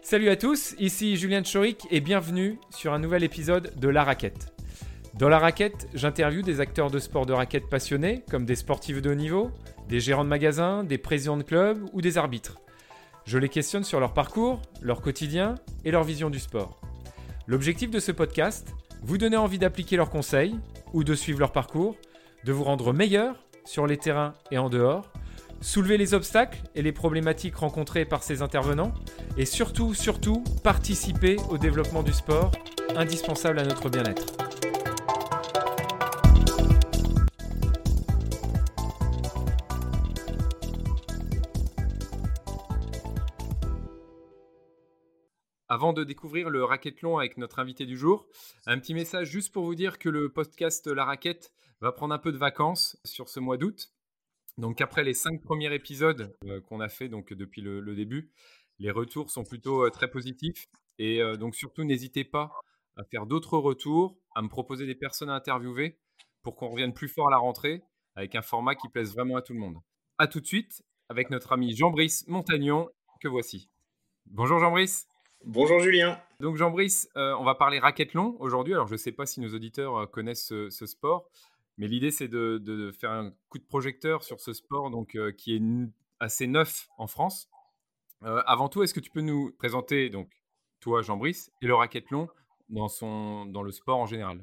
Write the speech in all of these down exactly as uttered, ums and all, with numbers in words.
Salut à tous, ici Julien Tchorik et bienvenue sur un nouvel épisode de La Raquette. Dans La Raquette, j'interviewe des acteurs de sport de raquette passionnés, comme des sportifs de haut niveau, des gérants de magasins, des présidents de clubs ou des arbitres. Je les questionne sur leur parcours, leur quotidien et leur vision du sport. L'objectif de ce podcast, vous donner envie d'appliquer leurs conseils ou de suivre leur parcours, de vous rendre meilleur sur les terrains et en dehors, soulever les obstacles et les problématiques rencontrées par ces intervenants et surtout, surtout, participer au développement du sport, indispensable à notre bien-être. Avant de découvrir le racquethlon avec notre invité du jour, un petit message juste pour vous dire que le podcast La Raquette va prendre un peu de vacances sur ce mois d'août. Donc après les cinq premiers épisodes euh, qu'on a fait donc depuis le, le début, les retours sont plutôt euh, très positifs. Et euh, donc surtout, n'hésitez pas à faire d'autres retours, à me proposer des personnes à interviewer pour qu'on revienne plus fort à la rentrée avec un format qui plaise vraiment à tout le monde. A tout de suite avec notre ami Jean-Brice Montagnon, que voici. Bonjour Jean-Brice. Bonjour Julien. Donc Jean-Brice, euh, on va parler racquethlon aujourd'hui. Alors je ne sais pas si nos auditeurs euh, connaissent ce, ce sport, mais l'idée c'est de, de faire un coup de projecteur sur ce sport donc, euh, qui est n- assez neuf en France. Euh, avant tout, est-ce que tu peux nous présenter donc toi Jean-Brice et le racquethlon dans, son, dans le sport en général?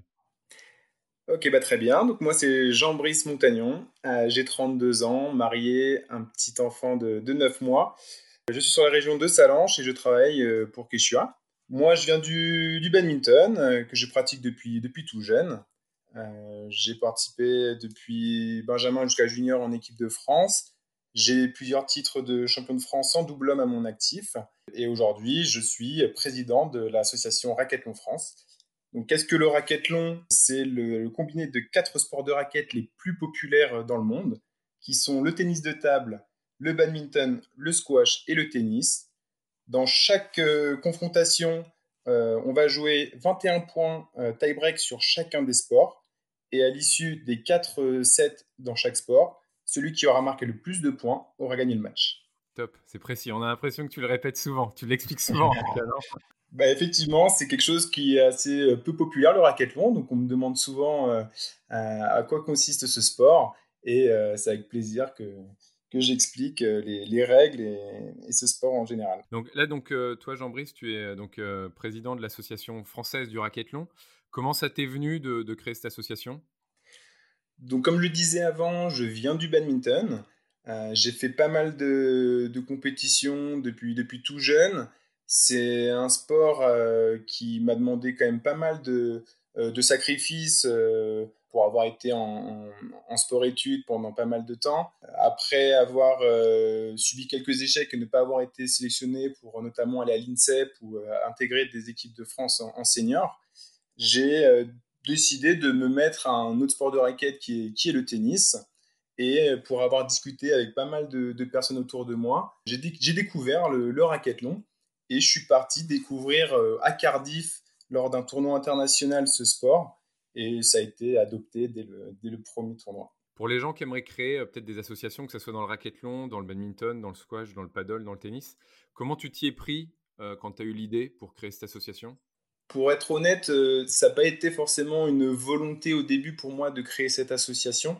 Ok, bah très bien. Donc moi c'est Jean-Brice Montagnon. Euh, j'ai trente-deux ans, marié, un petit enfant de, de neuf mois. Je suis sur la région de Sallanches et je travaille euh, pour Quechua. Moi je viens du, du badminton euh, que je pratique depuis, depuis tout jeune. Euh, j'ai participé depuis Benjamin jusqu'à junior en équipe de France. J'ai plusieurs titres de champion de France en double homme à mon actif. Et aujourd'hui, je suis président de l'association Racquethlon France. Donc, qu'est-ce que le racquethlon? C'est le, le combiné de quatre sports de raquette les plus populaires dans le monde, qui sont le tennis de table, le badminton, le squash et le tennis. Dans chaque euh, confrontation, euh, on va jouer vingt et un points euh, tie-break sur chacun des sports. Et à l'issue des quatre euh, sets dans chaque sport, celui qui aura marqué le plus de points aura gagné le match. Top, c'est précis. On a l'impression que tu le répètes souvent, tu l'expliques souvent en tout cas, non? Bah, effectivement, c'est quelque chose qui est assez euh, peu populaire, le racquethlon. Donc, on me demande souvent euh, à, à quoi consiste ce sport. Et euh, c'est avec plaisir que, que j'explique euh, les, les règles et, et ce sport en général. Donc là, donc, euh, toi Jean-Brice, tu es euh, donc euh, président de l'association française du racquethlon. Comment ça t'est venu de, de créer cette association? Donc, comme je le disais avant, je viens du badminton. Euh, j'ai fait pas mal de, de compétitions depuis, depuis tout jeune. C'est un sport euh, qui m'a demandé quand même pas mal de, euh, de sacrifices euh, pour avoir été en, en, en sport-études pendant pas mal de temps. Après avoir euh, subi quelques échecs et ne pas avoir été sélectionné pour notamment aller à l'INSEP ou euh, intégrer des équipes de France en, en senior, j'ai euh, décidé de me mettre à un autre sport de raquette qui est, qui est le tennis. Et pour avoir discuté avec pas mal de, de personnes autour de moi, j'ai, dé- j'ai découvert le, le racquethlon et je suis parti découvrir euh, à Cardiff lors d'un tournoi international ce sport et ça a été adopté dès le, dès le premier tournoi. Pour les gens qui aimeraient créer euh, peut-être des associations, que ce soit dans le racquethlon, dans le badminton, dans le squash, dans le paddle, dans le tennis, comment tu t'y es pris euh, quand tu as eu l'idée pour créer cette association? Pour être honnête, euh, ça n'a pas été forcément une volonté au début pour moi de créer cette association.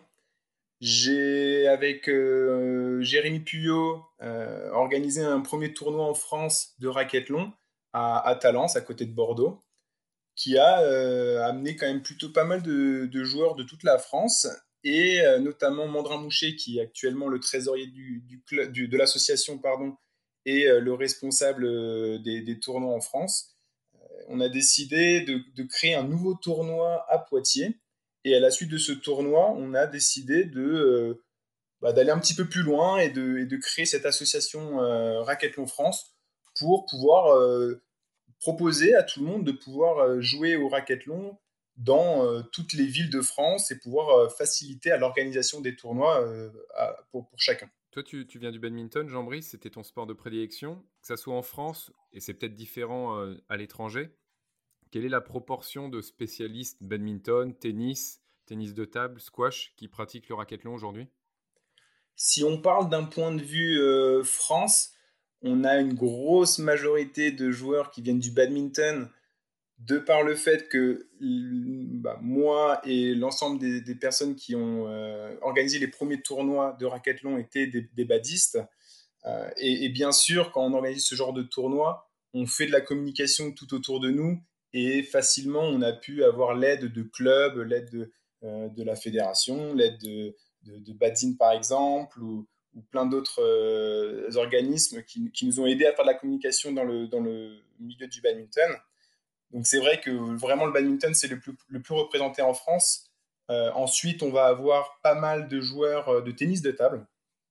J'ai, avec euh, Jérémy Puyot, euh, organisé un premier tournoi en France de racquethlon à, à Talence, à côté de Bordeaux, qui a euh, amené quand même plutôt pas mal de, de joueurs de toute la France, et euh, notamment Mandrin Mouchet, qui est actuellement le trésorier du, du club, du- de l'association, pardon, et euh, le responsable euh, des, des tournois en France. On a décidé de, de créer un nouveau tournoi à Poitiers. Et à la suite de ce tournoi, on a décidé de, euh, bah, d'aller un petit peu plus loin et de, et de créer cette association euh, Racquethlon France pour pouvoir euh, proposer à tout le monde de pouvoir euh, jouer au racquethlon dans euh, toutes les villes de France et pouvoir euh, faciliter à l'organisation des tournois euh, à- pour, pour chacun. Toi, tu, tu viens du badminton, Jean-Brice, c'était ton sport de prédilection, que ça soit en France, et c'est peut-être différent euh, à l'étranger. Quelle est la proportion de spécialistes badminton, tennis, tennis de table, squash qui pratiquent le racquethlon aujourd'hui? Si on parle d'un point de vue euh, France, on a une grosse majorité de joueurs qui viennent du badminton, de par le fait que bah, moi et l'ensemble des, des personnes qui ont euh, organisé les premiers tournois de racquethlon étaient des, des badistes. Euh, et, et bien sûr, quand on organise ce genre de tournoi, on fait de la communication tout autour de nous et facilement, on a pu avoir l'aide de clubs, l'aide de, euh, de la fédération, l'aide de, de, de Badzin par exemple, ou, ou plein d'autres euh, organismes qui, qui nous ont aidés à faire de la communication dans le, dans le milieu du badminton. Donc c'est vrai que vraiment le badminton, c'est le plus, le plus représenté en France. Euh, ensuite, on va avoir pas mal de joueurs euh, de tennis de table.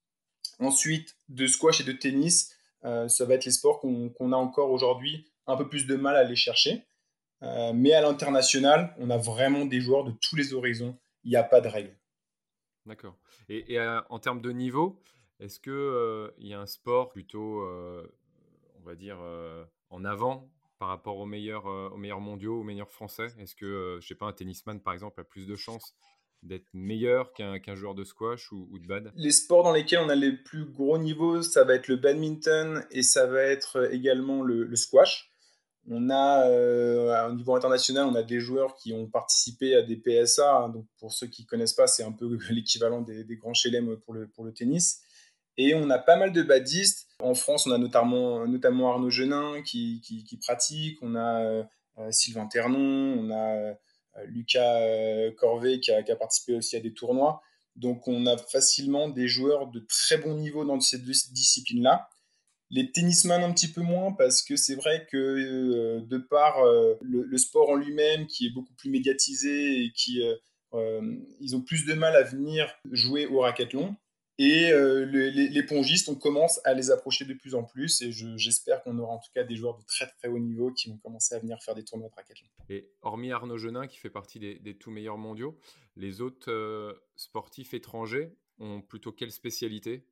Ensuite, de squash et de tennis, euh, ça va être les sports qu'on qu'on a encore aujourd'hui un peu plus de mal à aller chercher. Euh, mais à l'international, on a vraiment des joueurs de tous les horizons. Il n'y a pas de règle. D'accord. Et, et, euh, en termes de niveau, est-ce qu'il euh, y a un sport plutôt, euh, on va dire, euh, en avant par rapport aux meilleurs, euh, aux meilleurs mondiaux, aux meilleurs français? Est-ce que, euh, je sais pas, un tennisman, par exemple, a plus de chances d'être meilleur qu'un qu'un joueur de squash ou, ou de bad? Les sports dans lesquels on a les plus gros niveaux, ça va être le badminton et ça va être également le, le squash. On a, euh, au niveau international, on a des joueurs qui ont participé à des P S A. Hein, donc, pour ceux qui ne connaissent pas, c'est un peu l'équivalent des, des grands chelem pour le, pour le tennis. Et on a pas mal de badistes. En France, on a notamment, notamment Arnaud Genin qui, qui, qui pratique. On a euh, Sylvain Ternon. On a euh, Lucas euh, Corvet qui a, qui a participé aussi à des tournois. Donc, on a facilement des joueurs de très bon niveau dans ces deux disciplines-là. Les tennisman un petit peu moins parce que c'est vrai que euh, de par euh, le, le, sport en lui-même qui est beaucoup plus médiatisé et qui euh, euh, ils ont plus de mal à venir jouer au racquethlon et euh, le, les, les pongistes on commence à les approcher de plus en plus et je, j'espère qu'on aura en tout cas des joueurs de très très haut niveau qui vont commencer à venir faire des tournois de racquethlon. Et hormis Arnaud Genin qui fait partie des, des tout meilleurs mondiaux, les autres euh, sportifs étrangers ont plutôt quelle spécialité?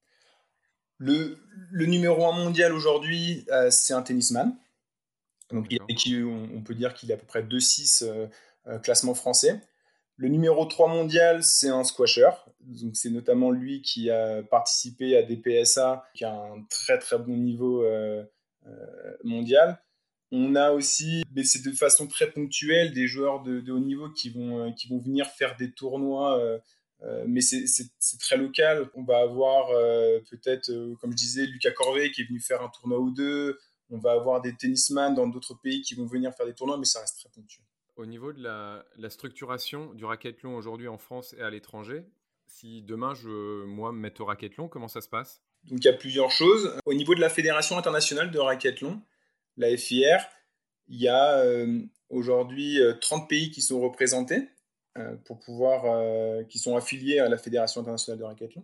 Le, le numéro un mondial aujourd'hui, euh, c'est un tennisman. Donc, il, D'accord. qui, on, on peut dire qu'il est à peu près deux six euh, euh, classement français. Le numéro trois mondial, c'est un squasher. Donc, c'est notamment lui qui a participé à des P S A, qui a un très très bon niveau euh, euh, mondial. On a aussi, mais c'est de façon très ponctuelle, des joueurs de, de haut niveau qui vont, euh, qui vont venir faire des tournois, euh, euh, mais c'est, c'est, c'est très local. On va avoir euh, peut-être, euh, comme je disais, Lucas Corvet qui est venu faire un tournoi ou deux. On va avoir des tennisman dans d'autres pays qui vont venir faire des tournois, mais ça reste très ponctuel. Au niveau de la, la structuration du racquethlon aujourd'hui en France et à l'étranger, si demain je veux, moi, me mettre au racquethlon, comment ça se passe? Donc il y a plusieurs choses. Au niveau de la Fédération internationale de racquethlon, la F I R, il y a euh, aujourd'hui euh, trente pays qui sont représentés euh, pour pouvoir, euh, qui sont affiliés à la Fédération internationale de racquethlon.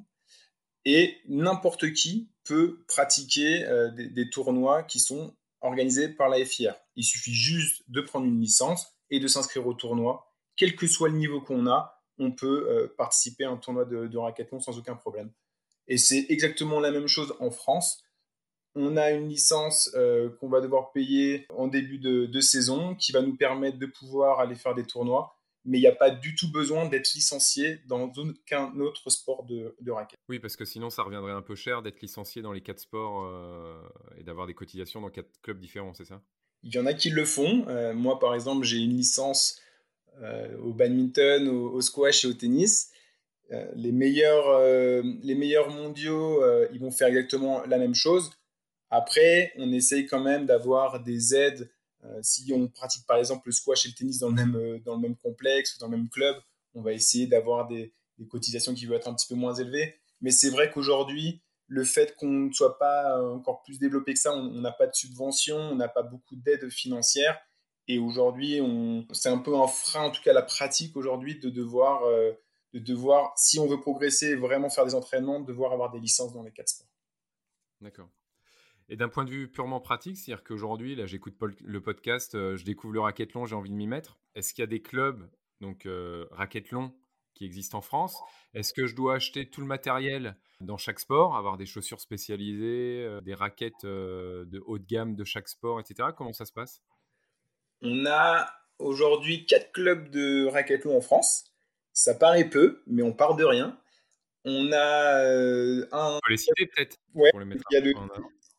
Et n'importe qui peut pratiquer euh, des, des tournois qui sont organisés par la F I R. Il suffit juste de prendre une licence et de s'inscrire au tournoi. Quel que soit le niveau qu'on a, on peut euh, participer à un tournoi de, de racquethlon sans aucun problème. Et c'est exactement la même chose en France. On a une licence euh, qu'on va devoir payer en début de, de saison qui va nous permettre de pouvoir aller faire des tournois. Mais il n'y a pas du tout besoin d'être licencié dans aucun autre sport de, de raquette. Oui, parce que sinon ça reviendrait un peu cher d'être licencié dans les quatre sports euh, et d'avoir des cotisations dans quatre clubs différents, c'est ça? Il y en a qui le font. Euh, moi, par exemple, j'ai une licence euh, au badminton, au, au squash et au tennis. Euh, les, meilleurs, euh, les meilleurs mondiaux, euh, ils vont faire exactement la même chose. Après, on essaye quand même d'avoir des aides. Euh, si on pratique par exemple le squash et le tennis dans le même, euh, dans le même complexe ou dans le même club, on va essayer d'avoir des, des cotisations qui vont être un petit peu moins élevées. Mais c'est vrai qu'aujourd'hui, le fait qu'on ne soit pas euh, encore plus développé que ça, on n'a pas de subvention, on n'a pas beaucoup d'aide financière. Et aujourd'hui, on... c'est un peu un frein, en tout cas à la pratique aujourd'hui, de devoir, euh, de devoir, si on veut progresser et vraiment faire des entraînements, de devoir avoir des licences dans les quatre sports. D'accord. Et d'un point de vue purement pratique, c'est-à-dire qu'aujourd'hui, là, j'écoute le podcast, euh, je découvre le racquethlon, j'ai envie de m'y mettre. Est-ce qu'il y a des clubs, donc euh, racquethlon, qui existent en France? Est-ce que je dois acheter tout le matériel dans chaque sport, avoir des chaussures spécialisées, euh, des raquettes euh, de haut de gamme de chaque sport, et cetera. Comment ça se passe? On a aujourd'hui quatre clubs de racquetball en France. Ça paraît peu, mais on part de rien. On a euh, un. On peut les citer peut-être Ouais, pour les il mettre y a le, en avant.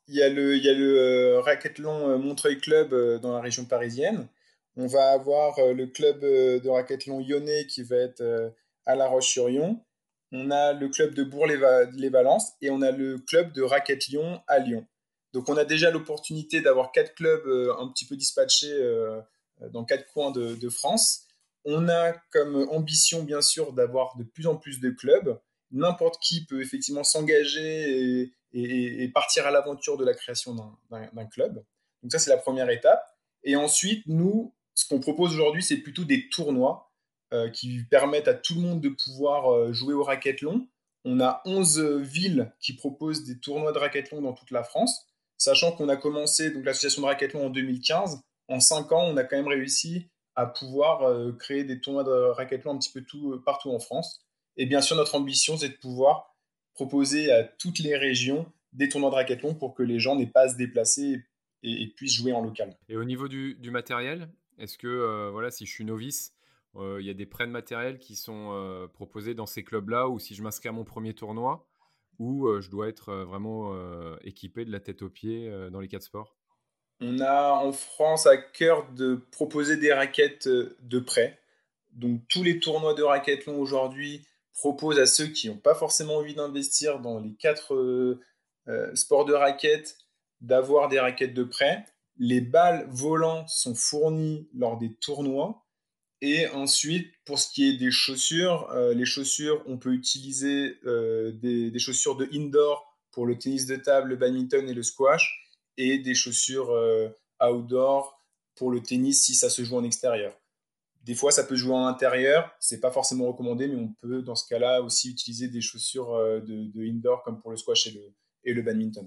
Il y a le, il y a le euh, Racathlon euh, Montreuil Club euh, dans la région parisienne. On va avoir euh, le club euh, de Racathlon Lyonnais qui va être euh, à La Roche-sur-Yon. On a le club de Bourg-les-Valences et on a le club de Racathlon à Lyon. Donc on a déjà l'opportunité d'avoir quatre clubs euh, un petit peu dispatchés euh, dans quatre coins de, de France. On a comme ambition bien sûr d'avoir de plus en plus de clubs. N'importe qui peut effectivement s'engager et, et- et partir à l'aventure de la création d'un- d'un d'un club. Donc ça, c'est la première étape. Et ensuite, nous, ce qu'on propose aujourd'hui, c'est plutôt des tournois euh, qui permettent à tout le monde de pouvoir euh, jouer au racquethlon. On a onze villes qui proposent des tournois de racquethlon dans toute la France, sachant qu'on a commencé donc l'association de racquethlon en deux mille quinze. En cinq ans, on a quand même réussi à pouvoir euh, créer des tournois de racquethlon un petit peu tout, euh, partout en France. Et bien sûr, notre ambition, c'est de pouvoir proposer à toutes les régions des tournois de racquethlon pour que les gens n'aient pas à se déplacer et, et puissent jouer en local. Et au niveau du, du matériel, est-ce que, euh, voilà, si je suis novice, euh, il y a des prêts de matériel qui sont euh, proposés dans ces clubs-là, ou si je m'inscris à mon premier tournoi, ou euh, je dois être euh, vraiment euh, équipé de la tête aux pieds euh, dans les quatre sports? On a en France à cœur de proposer des raquettes euh, de prêt. Donc tous les tournois de racquethlon aujourd'hui proposent à ceux qui n'ont pas forcément envie d'investir dans les quatre euh, euh, sports de raquettes d'avoir des raquettes de prêt. Les balles volants sont fournies lors des tournois. Et ensuite, pour ce qui est des chaussures, euh, les chaussures, on peut utiliser euh, des, des chaussures de indoor pour le tennis de table, le badminton et le squash, et des chaussures euh, outdoor pour le tennis si ça se joue en extérieur. Des fois, ça peut jouer en intérieur, c'est pas forcément recommandé, mais on peut dans ce cas-là aussi utiliser des chaussures euh, de, de indoor comme pour le squash et le, et le badminton.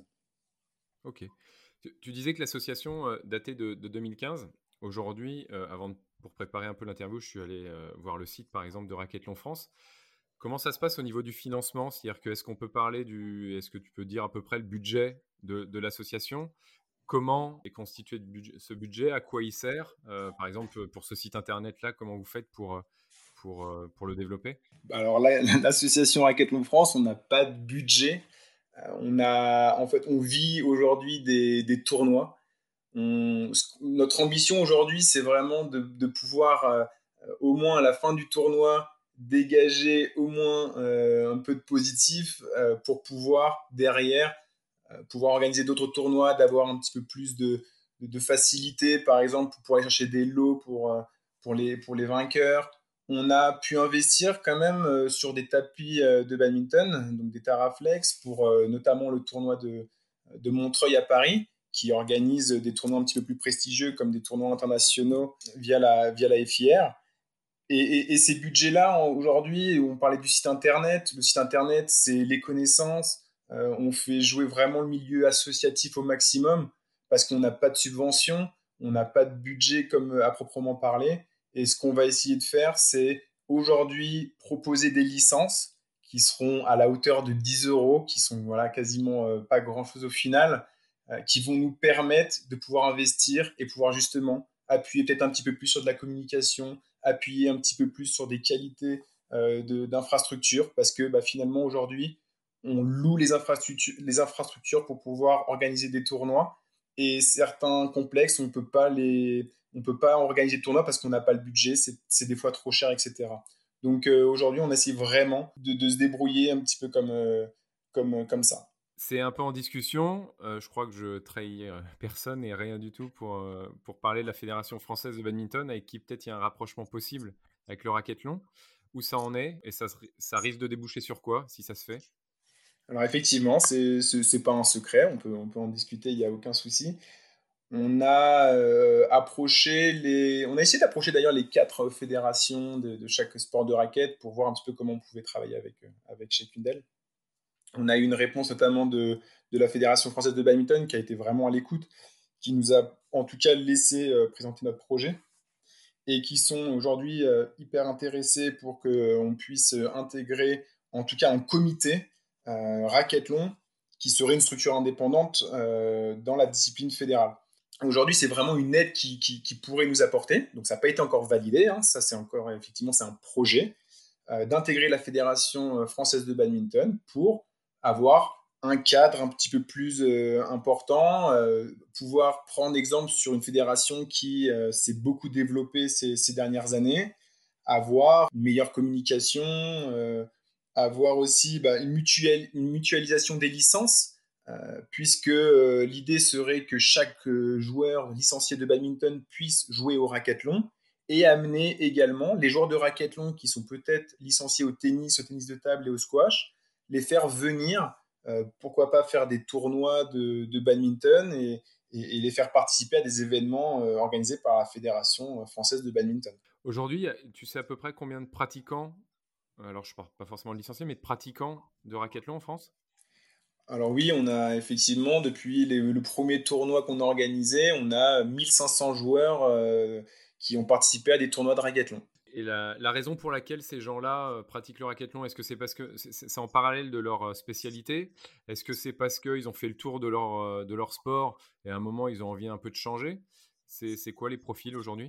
Ok. Tu, tu disais que l'association euh, datait de, de deux mille quinze. Aujourd'hui, euh, avant de- pour préparer un peu l'interview, je suis allé euh, voir le site, par exemple, de Racquethlon France. Comment ça se passe au niveau du financement? C'est-à-dire que est-ce qu'on peut parler du, est-ce que tu peux dire à peu près le budget de, de l'association? Comment est constitué de budget- ce budget? À quoi il sert? Euh, par exemple, pour ce site internet-là, comment vous faites pour, euh, pour, euh, pour le développer? Alors là, l'association Racquetball France, on n'a pas de budget. Euh, on a, en fait, on vit aujourd'hui des, des tournois. On- notre ambition aujourd'hui, c'est vraiment de, de pouvoir, euh, au moins à la fin du tournoi, dégager au moins euh, un peu de positif euh, pour pouvoir derrière euh, pouvoir organiser d'autres tournois, d'avoir un petit peu plus de, de, de facilité, par exemple, pour pouvoir aller chercher des lots pour, euh, pour, les, pour les vainqueurs. On a pu investir quand même euh, sur des tapis euh, de badminton, donc des Taraflex, pour euh, notamment le tournoi de, de Montreuil à Paris, qui organise des tournois un petit peu plus prestigieux comme des tournois internationaux via la, via la F I R. Et, et, et ces budgets-là, aujourd'hui, on parlait du site internet. Le site internet, c'est les connaissances. Euh, on fait jouer vraiment le milieu associatif au maximum parce qu'on n'a pas de subvention, on n'a pas de budget comme à proprement parler. Et ce qu'on va essayer de faire, c'est aujourd'hui proposer des licences qui seront à la hauteur de dix euros, qui sont voilà, quasiment euh, pas grand-chose au final, euh, qui vont nous permettre de pouvoir investir et pouvoir justement appuyer peut-être un petit peu plus sur de la communication, appuyer un petit peu plus sur des qualités euh, de, d'infrastructures parce que bah, finalement aujourd'hui on loue les infrastructures, les infrastructures pour pouvoir organiser des tournois et certains complexes on peut pas les on peut pas organiser de tournois parce qu'on n'a pas le budget, c'est, c'est des fois trop cher, et cetera. Donc euh, aujourd'hui on essaie vraiment de, de, se débrouiller un petit peu comme, euh, comme, comme ça. C'est un peu en discussion. Euh, je crois que je trahis euh, personne et rien du tout pour, euh, pour parler de la Fédération française de badminton, avec qui peut-être il y a un rapprochement possible avec le racquethlon. Où ça en est? Et ça, se- ça risque de déboucher sur quoi si ça se fait? Alors effectivement, c'est, c'est, c'est pas un secret, on peut, on peut en discuter, il n'y a aucun souci. On a euh, approché les, on a essayé d'approcher d'ailleurs les quatre fédérations de, de chaque sport de raquette pour voir un petit peu comment on pouvait travailler avec, euh, avec chacune d'elles. On a eu une réponse notamment de, de la Fédération française de badminton qui a été vraiment à l'écoute, qui nous a en tout cas laissé euh, présenter notre projet et qui sont aujourd'hui euh, hyper intéressés pour qu'on puisse intégrer en tout cas un comité euh, racquethlon qui serait une structure indépendante euh, dans la discipline fédérale. Aujourd'hui, c'est vraiment une aide qui, qui, qui pourrait nous apporter. Donc, ça n'a pas été encore validé. Hein. Ça, c'est encore, effectivement, c'est un projet euh, d'intégrer la Fédération française de badminton pour avoir un cadre un petit peu plus euh, important, euh, pouvoir prendre exemple sur une fédération qui euh, s'est beaucoup développée ces, ces dernières années, avoir une meilleure communication, euh, avoir aussi bah, une, mutuelle, une mutualisation des licences, euh, puisque euh, l'idée serait que chaque euh, joueur licencié de badminton puisse jouer au racquethlon et amener également les joueurs de racquethlon qui sont peut-être licenciés au tennis, au tennis de table et au squash, les faire venir, euh, pourquoi pas faire des tournois de, de badminton et, et, et, les faire participer à des événements euh, organisés par la Fédération française de badminton. Aujourd'hui, tu sais à peu près combien de pratiquants, alors je ne parle pas forcément de licenciés, mais de pratiquants de racquethlon en France? Alors oui, on a effectivement, depuis les, le premier tournoi qu'on a organisé, on a mille cinq cents joueurs euh, qui ont participé à des tournois de racquethlon. Et la, la raison pour laquelle ces gens-là euh, pratiquent le racquethlon, est-ce que c'est parce que c'est, c'est en parallèle de leur euh, spécialité? Est-ce que c'est parce qu'ils ont fait le tour de leur, euh, de leur sport et à un moment ils ont envie un peu de changer? C'est, c'est quoi les profils aujourd'hui?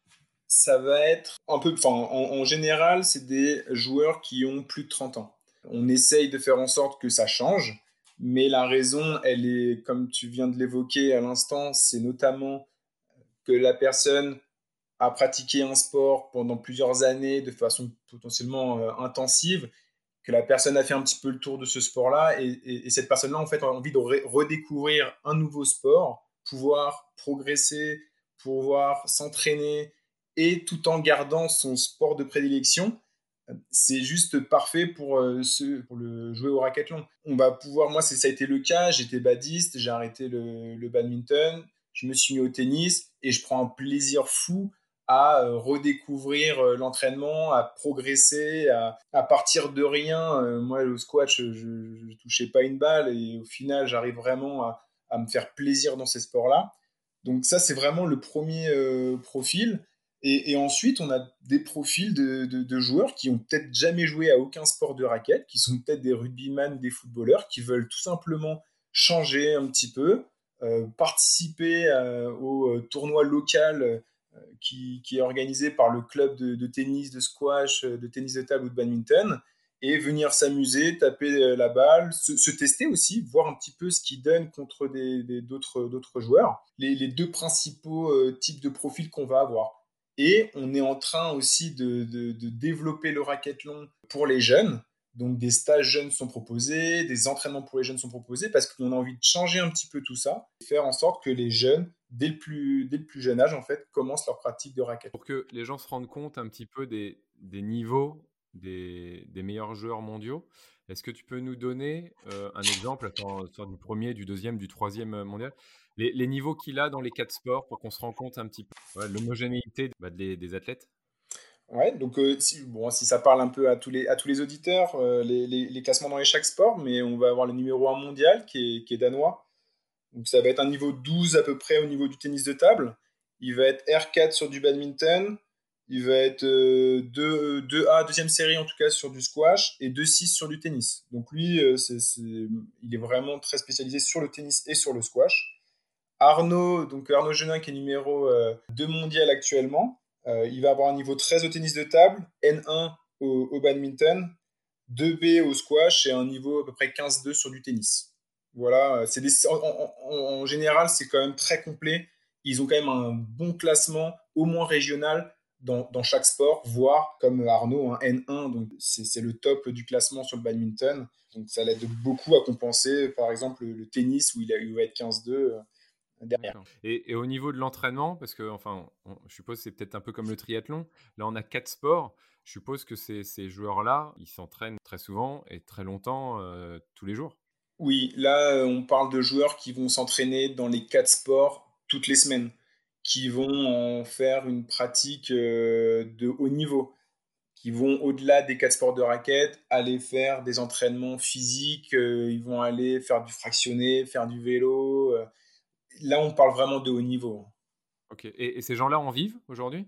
Ça va être un peu, enfin, en, en général, c'est des joueurs qui ont plus de trente ans. On essaye de faire en sorte que ça change, mais la raison, elle est, comme tu viens de l'évoquer à l'instant, c'est notamment que la personne a pratiqué un sport pendant plusieurs années de façon potentiellement euh, intensive, que la personne a fait un petit peu le tour de ce sport-là, et, et, et cette personne-là, en fait, a envie de re- redécouvrir un nouveau sport, pouvoir progresser, pouvoir s'entraîner, et tout en gardant son sport de prédilection. C'est juste parfait pour, euh, ce, pour le jouer au racquethlon. On va pouvoir, moi, c'est, ça a été le cas, j'étais badiste, j'ai arrêté le, le badminton, je me suis mis au tennis, et je prends un plaisir fou à euh, redécouvrir euh, l'entraînement, à progresser, à, à partir de rien. Euh, moi, le squash, je, je touchais pas une balle et au final, j'arrive vraiment à, à me faire plaisir dans ces sports-là. Donc ça, c'est vraiment le premier euh, profil. Et, et ensuite, on a des profils de, de, de joueurs qui ont peut-être jamais joué à aucun sport de raquette, qui sont peut-être des rugbyman, des footballeurs, qui veulent tout simplement changer un petit peu, euh, participer euh, au euh, tournoi local euh, qui, qui est organisé par le club de, de tennis, de squash, de tennis de table ou de badminton, et venir s'amuser, taper euh, la balle, se, se tester aussi, voir un petit peu ce qu'ils donnent contre des, des, d'autres, d'autres joueurs. Les, les deux principaux euh, types de profils qu'on va avoir. Et on est en train aussi de, de, de développer le racquethlon pour les jeunes. Donc des stages jeunes sont proposés, des entraînements pour les jeunes sont proposés parce qu'on a envie de changer un petit peu tout ça et faire en sorte que les jeunes, dès le plus, dès le plus jeune âge, en fait, commencent leur pratique de raquette. Pour que les gens se rendent compte un petit peu des, des niveaux des, des meilleurs joueurs mondiaux, est-ce que tu peux nous donner euh, un exemple, attends, soit du premier, du deuxième, du troisième mondial, les, les niveaux qu'il a dans les quatre sports pour qu'on se rende compte un petit peu ouais, l'homogénéité bah, des, des athlètes? Ouais, donc euh, si, bon, si ça parle un peu à tous les, à tous les auditeurs, euh, les, les, les classements dans les chaque sport, mais on va avoir le numéro un mondial qui est, qui est danois. Donc ça va être un niveau douze à peu près au niveau du tennis de table. Il va être R quatre sur du badminton. Il va être euh, deux, deux A, deuxième série en tout cas sur du squash et deux six sur du tennis. Donc lui, euh, c'est, c'est, il est vraiment très spécialisé sur le tennis et sur le squash. Arnaud, donc Arnaud Genin qui est numéro euh, deux mondial actuellement. Euh, il va avoir un niveau treize au tennis de table, N un au, au badminton, deux B au squash et un niveau à peu près quinze deux sur du tennis. Voilà, c'est des, en, en, en, général, c'est quand même très complet. Ils ont quand même un bon classement, au moins régional, dans, dans chaque sport, voire comme Arnaud, un N un, donc c'est, c'est le top du classement sur le badminton. Donc ça l'aide beaucoup à compenser, par exemple, le, le tennis où il, a, il va être quinze deux euh, derrière. D'accord. Et, et au niveau de l'entraînement, parce que enfin, on- je suppose que c'est peut-être un peu comme le triathlon. Là, on a quatre sports. Je suppose que ces, ces joueurs-là, ils s'entraînent très souvent et très longtemps, euh, tous les jours. Oui, là, euh, on parle de joueurs qui vont s'entraîner dans les quatre sports toutes les semaines, qui vont en faire une pratique euh, de haut niveau, qui vont au-delà des quatre sports de raquette, aller faire des entraînements physiques, euh, ils vont aller faire du fractionné, faire du vélo. euh. Là, on parle vraiment de haut niveau. Ok. Et, et ces gens-là en vivent aujourd'hui?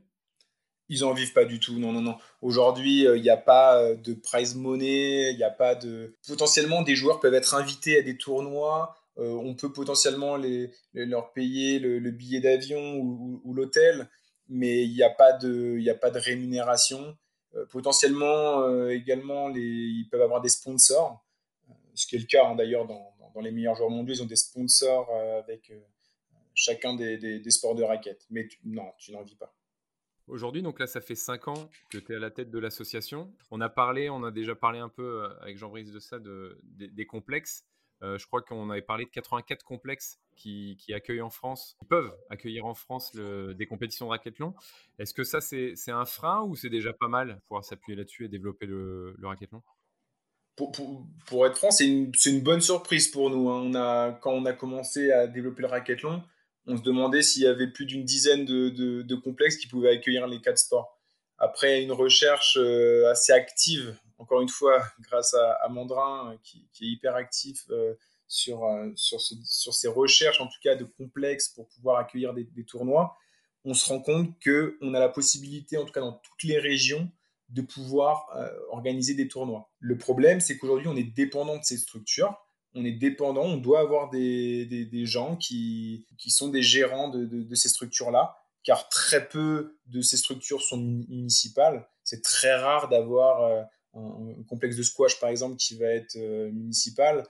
Ils en vivent pas du tout, non, non, non. Aujourd'hui, il n'y a pas euh, de prize money, il n'y a pas de... Potentiellement, des joueurs peuvent être invités à des tournois, euh, on peut potentiellement les, les- leur payer le, le billet d'avion ou, ou- ou l'hôtel, mais il n'y a pas de, il y a pas de rémunération. Euh, potentiellement, euh, également, les, ils peuvent avoir des sponsors. ce qui est le cas hein, d'ailleurs dans, dans, dans les meilleurs joueurs mondiaux, ils ont des sponsors euh, avec euh, chacun des, des, des sports de raquettes. Mais tu, non, tu n'en vis pas. Aujourd'hui, donc là, ça fait cinq ans que tu es à la tête de l'association. On a parlé, on a déjà parlé un peu euh, avec Jean-Brice de ça, de, des, des complexes. Euh, je crois qu'on avait parlé de quatre-vingt-quatre complexes qui, qui accueillent en France, qui peuvent accueillir en France le, des compétitions de raquethlon. Est-ce que ça, c'est, c'est un frein ou c'est déjà pas mal pouvoir s'appuyer là-dessus et développer le, le raquethlon? Pour, pour, pour être franc, c'est une, c'est une bonne surprise pour nous. Hein. On a, quand on a commencé à développer le raquethlon, on se demandait s'il y avait plus d'une dizaine de, de, de complexes qui pouvaient accueillir les quatre sports. Après une recherche euh, assez active, encore une fois, grâce à, à Mandrin, euh, qui, qui est hyper actif euh, sur, euh, sur, ce, sur ces recherches, en tout cas de complexes pour pouvoir accueillir des, des tournois, on se rend compte qu'on a la possibilité, en tout cas dans toutes les régions, de pouvoir euh, organiser des tournois. Le problème, c'est qu'aujourd'hui, on est dépendant de ces structures. On est dépendant, on doit avoir des, des, des gens qui, qui sont des gérants de, de, de ces structures-là, car très peu de ces structures sont municipales. C'est très rare d'avoir euh, un, un complexe de squash, par exemple, qui va être euh, municipal.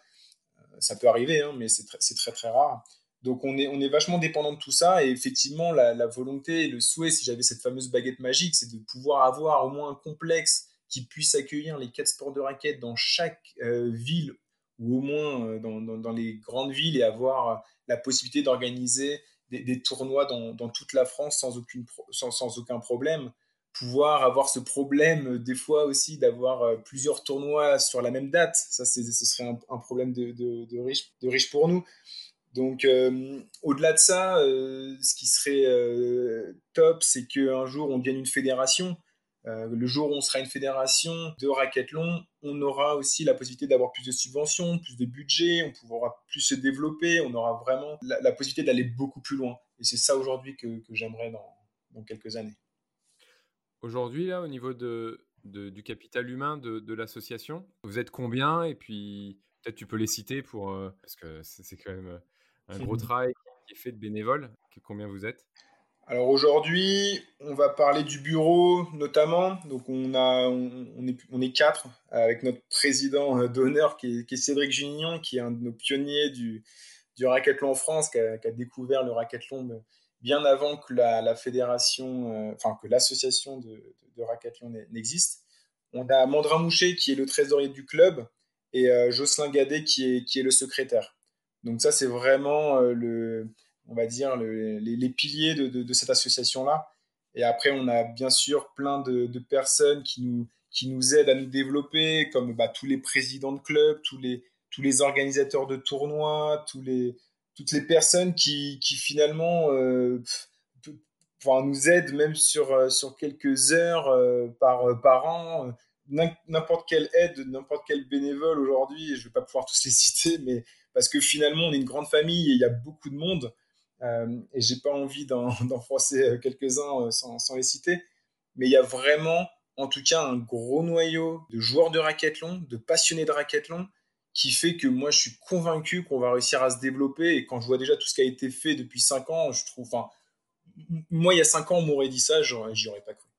Ça peut arriver, hein, mais c'est, tr- c'est très très rare. Donc on est, on est vachement dépendant de tout ça et effectivement la, la volonté, le souhait, si j'avais cette fameuse baguette magique, c'est de pouvoir avoir au moins un complexe qui puisse accueillir les quatre sports de raquettes dans chaque euh, ville ou au moins euh, dans, dans, dans, les grandes villes et avoir euh, la possibilité d'organiser des, des tournois dans, dans, toute la France sans, aucune pro- sans, sans aucun problème. Pouvoir avoir ce problème euh, des fois aussi d'avoir euh, plusieurs tournois sur la même date, ça c'est, ce serait un, un problème de, de, de, riche, de riche pour nous. Donc, euh, au-delà de ça, euh, ce qui serait euh, top, c'est qu'un jour, on devienne une fédération. Euh, le jour où on sera une fédération de racquethlon, on aura aussi la possibilité d'avoir plus de subventions, plus de budget, on pourra plus se développer, on aura vraiment la, la possibilité d'aller beaucoup plus loin. Et c'est ça aujourd'hui que, que j'aimerais dans, dans quelques années. Aujourd'hui, là, au niveau de, de- du capital humain de, de l'association, vous êtes combien? Et puis, peut-être tu peux les citer pour, euh, parce que c'est c'est quand même euh, un gros travail qui est fait de bénévoles. Que- Combien vous êtes? Alors aujourd'hui, on va parler du bureau notamment. Donc on a, on, on est, on est quatre avec notre président euh, d'honneur qui est, qui est Cédric Junignon, qui est un de nos pionniers du, du racquethlon en France, qui a, qui a découvert le racquethlon bien avant que la, la fédération, euh, enfin que l'association de, de, de racquethlon n'existe. On a Mandrin Mouchet qui est le trésorier du club et euh, Jocelyn Gadet qui est, qui est le secrétaire. Donc ça c'est vraiment euh, le on va dire, le, les, les, piliers de, de, de cette association-là. Et après, on a bien sûr plein de, de personnes qui nous, qui nous aident à nous développer, comme bah, tous les présidents de clubs, tous les, tous les organisateurs de tournois, tous les, toutes les personnes qui, qui finalement euh, p- enfin, nous aident même sur, sur quelques heures euh, par, par an. N'importe quelle aide, n'importe quel bénévole aujourd'hui, je ne vais pas pouvoir tous les citer, mais parce que finalement, on est une grande famille et il y a beaucoup de monde. Euh, et j'ai pas envie d'en, d'en froisser quelques-uns euh, sans, sans les citer. Mais il y a vraiment, en tout cas, un gros noyau de joueurs de racquethlon, de passionnés de racquethlon, qui fait que moi, je suis convaincu qu'on va réussir à se développer. Et quand je vois déjà tout ce qui a été fait depuis cinq ans, je trouve. Enfin, moi, il y a cinq ans, on m'aurait dit ça, j'aurais, j'y aurais pas cru.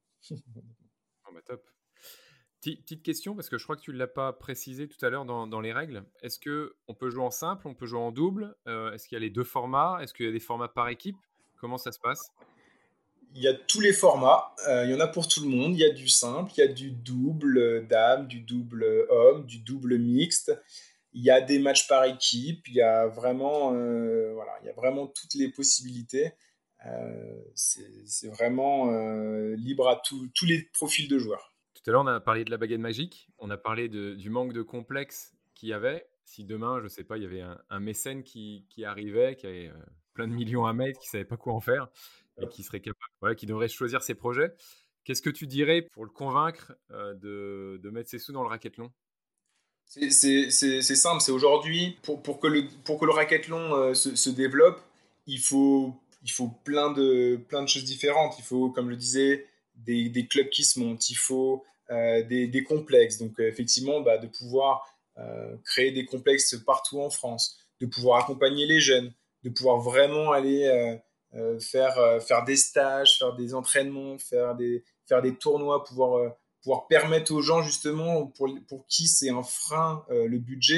Ah bah top. Ti- Petite question, parce que je crois que tu ne l'as pas précisé tout à l'heure dans, dans les règles. Est-ce qu'on peut jouer en simple, on peut jouer en double? Euh, Est-ce qu'il y a les deux formats? Est-ce qu'il y a des formats par équipe? Comment ça se passe? Il y a tous les formats, euh, il y en a pour tout le monde. Il y a du simple, il y a du double euh, dame, du double homme, du double mixte. Il y a des matchs par équipe, il y a vraiment, euh, voilà, il y a vraiment toutes les possibilités. Euh, c'est c'est vraiment euh, libre à tout- tous les profils de joueurs. Tout à l'heure, on a parlé de la baguette magique, on a parlé de- du manque de complexe qu'il y avait. Si demain, je ne sais pas, il y avait un, un mécène qui, qui arrivait, qui avait euh, plein de millions à mettre, qui ne savait pas quoi en faire et qui serait capable, voilà, qui devrait choisir ses projets, qu'est-ce que tu dirais pour le convaincre euh, de, de mettre ses sous dans le racquethlon? C'est c'est- c'est- c'est simple, c'est aujourd'hui, pour, pour que le, pour que le racquethlon euh, se, se développe, il faut, il faut plein de, plein de choses différentes. Il faut, comme je disais, des, des clubs qui se montent, il faut euh, des, des complexes. Donc, euh, effectivement, bah, de pouvoir euh, créer des complexes partout en France, de pouvoir accompagner les jeunes, de pouvoir vraiment aller euh, euh, faire, euh, faire des stages, faire des entraînements, faire des, faire des tournois, pouvoir. Euh, pouvoir permettre aux gens justement pour, pour qui c'est un frein euh, le budget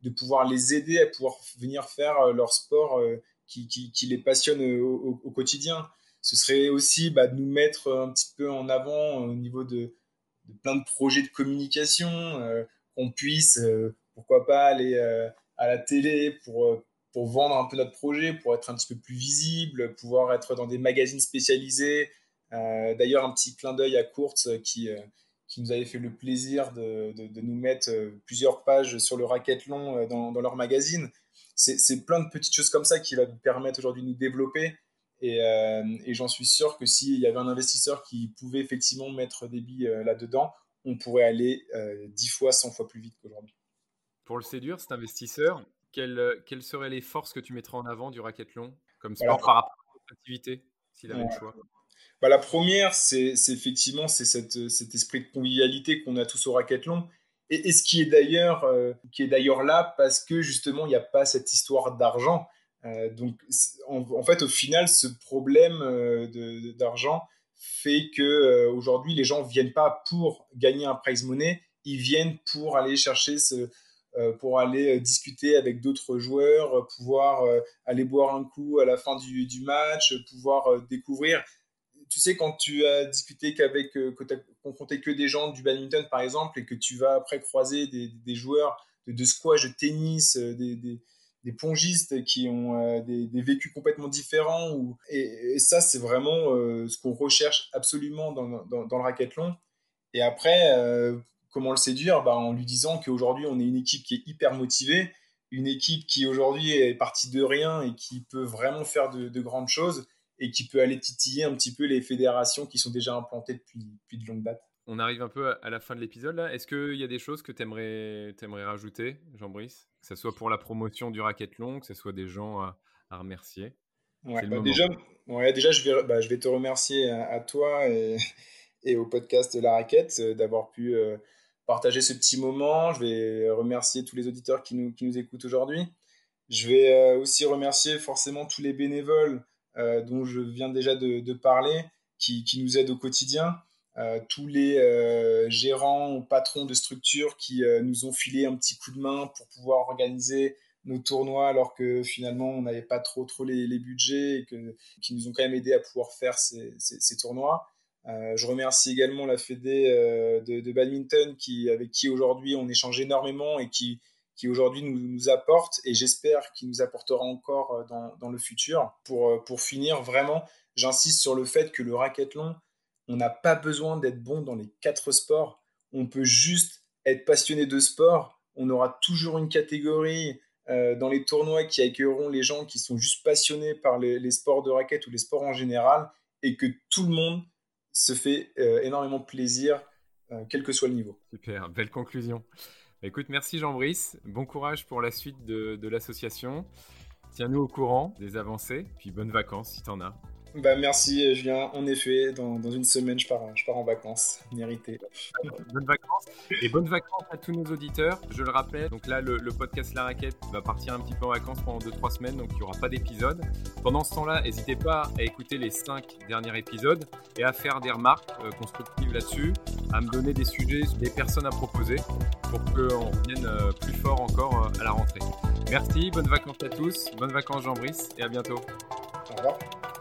de pouvoir les aider à pouvoir venir faire leur sport euh, qui, qui, qui les passionne au, au, au quotidien. Ce serait aussi bah, de nous mettre un petit peu en avant au niveau de, de plein de projets de communication, euh, qu'on puisse, euh, pourquoi pas, aller euh, à la télé pour, euh, pour vendre un peu notre projet, pour être un petit peu plus visible, pouvoir être dans des magazines spécialisés. Euh, d'ailleurs, un petit clin d'œil à Kurtz qui... Euh, qui nous avait fait le plaisir de, de, de nous mettre plusieurs pages sur le racquethlon dans, dans leur magazine. C'est, c'est plein de petites choses comme ça qui va nous permettre aujourd'hui de nous développer. Et, euh, et j'en suis sûr que s'il y avait un investisseur qui pouvait effectivement mettre des billes euh, là-dedans, on pourrait aller euh, dix fois, cent fois plus vite qu'aujourd'hui. Pour le séduire, cet investisseur, quelles, quelles seraient les forces que tu mettrais en avant du racquethlon comme sport Voilà. par rapport à votre activité, s'il avait Ouais. le choix? Bah, la première, c'est, c'est effectivement c'est cette, cet esprit de convivialité qu'on a tous au racquethlon. Et, et ce qui est, d'ailleurs, euh, qui est d'ailleurs là parce que justement, il n'y a pas cette histoire d'argent. Euh, donc, en, en fait, au final, ce problème euh, de, de, d'argent fait qu'aujourd'hui, euh, les gens ne viennent pas pour gagner un prize money, ils viennent pour aller chercher ce, euh, pour aller discuter avec d'autres joueurs, pouvoir euh, aller boire un coup à la fin du, du match, pouvoir euh, découvrir. Tu sais, quand tu as discuté qu'avec, euh, que tu as confronté que des gens du badminton, par exemple, et que tu vas après croiser des, des joueurs de, de squash, de tennis, euh, des, des, des pongistes qui ont euh, des, des vécus complètement différents. Ou... Et, et ça, c'est vraiment euh, ce qu'on recherche absolument dans, dans, dans le racquethlon. Et après, euh, comment le séduire? Bah, en lui disant qu'aujourd'hui, on est une équipe qui est hyper motivée, une équipe qui aujourd'hui est partie de rien et qui peut vraiment faire de, de grandes choses, et qui peut aller titiller un petit peu les fédérations qui sont déjà implantées depuis, depuis de longue date. On arrive un peu à la fin de l'épisode là. Est-ce qu'il y a des choses que tu aimerais rajouter, Jean-Brice? Que ce soit pour la promotion du racquethlon, que ce soit des gens à, à remercier? Ouais, bah déjà, ouais, déjà, je vais, bah, je vais te remercier à, à toi et, et au podcast La Raquette euh, d'avoir pu euh, partager ce petit moment. Je vais remercier tous les auditeurs qui nous, qui nous écoutent aujourd'hui. Je vais euh, aussi remercier forcément tous les bénévoles euh, dont je viens déjà de, de parler, qui, qui nous aident au quotidien. Euh, tous les euh, gérants ou patrons de structures qui euh, nous ont filé un petit coup de main pour pouvoir organiser nos tournois alors que finalement on n'avait pas trop, trop les, les budgets et que, qui nous ont quand même aidé à pouvoir faire ces, ces, ces tournois. Euh, je remercie également la Fédé euh, de, de badminton qui, avec qui aujourd'hui on échange énormément et qui, qui aujourd'hui nous, nous apporte, et j'espère qu'il nous apportera encore dans, dans le futur. Pour, pour finir, vraiment, j'insiste sur le fait que le racquethlon, on n'a pas besoin d'être bon dans les quatre sports. On peut juste être passionné de sport. On aura toujours une catégorie euh, dans les tournois qui accueilleront les gens qui sont juste passionnés par les, les sports de raquette ou les sports en général, et que tout le monde se fait euh, énormément plaisir, euh, quel que soit le niveau. Super, belle conclusion. Écoute, merci Jean-Brice. Bon courage pour la suite de, de l'association. Tiens-nous au courant des avancées, puis bonnes vacances si t'en as. Bah merci Julien, en effet, dans, dans une semaine je pars, je pars en vacances, mérité. Bonnes vacances et bonnes vacances à tous nos auditeurs. Je le rappelle, donc là le, le podcast La Raquette va partir un petit peu en vacances pendant deux trois semaines, donc il n'y aura pas d'épisode. Pendant ce temps-là, n'hésitez pas à écouter les cinq derniers épisodes et à faire des remarques euh, constructives là-dessus, à me donner des sujets, des personnes à proposer pour qu'on revienne euh, plus fort encore euh, à la rentrée. Merci, bonnes vacances à tous, bonnes vacances Jean-Brice et à bientôt. Au revoir.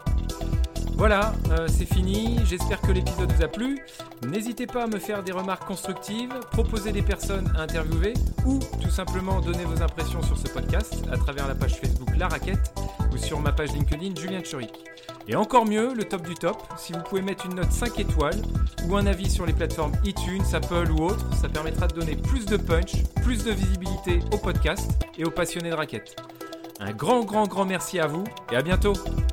Voilà, euh, c'est fini. J'espère que l'épisode vous a plu. N'hésitez pas à me faire des remarques constructives, proposer des personnes à interviewer ou tout simplement donner vos impressions sur ce podcast à travers la page Facebook La Raquette ou sur ma page LinkedIn Julien Tchorik. Et encore mieux, le top du top, si vous pouvez mettre une note cinq étoiles ou un avis sur les plateformes iTunes, Apple ou autres, ça permettra de donner plus de punch, plus de visibilité au podcast et aux passionnés de raquettes. Un grand, grand, grand merci à vous et à bientôt.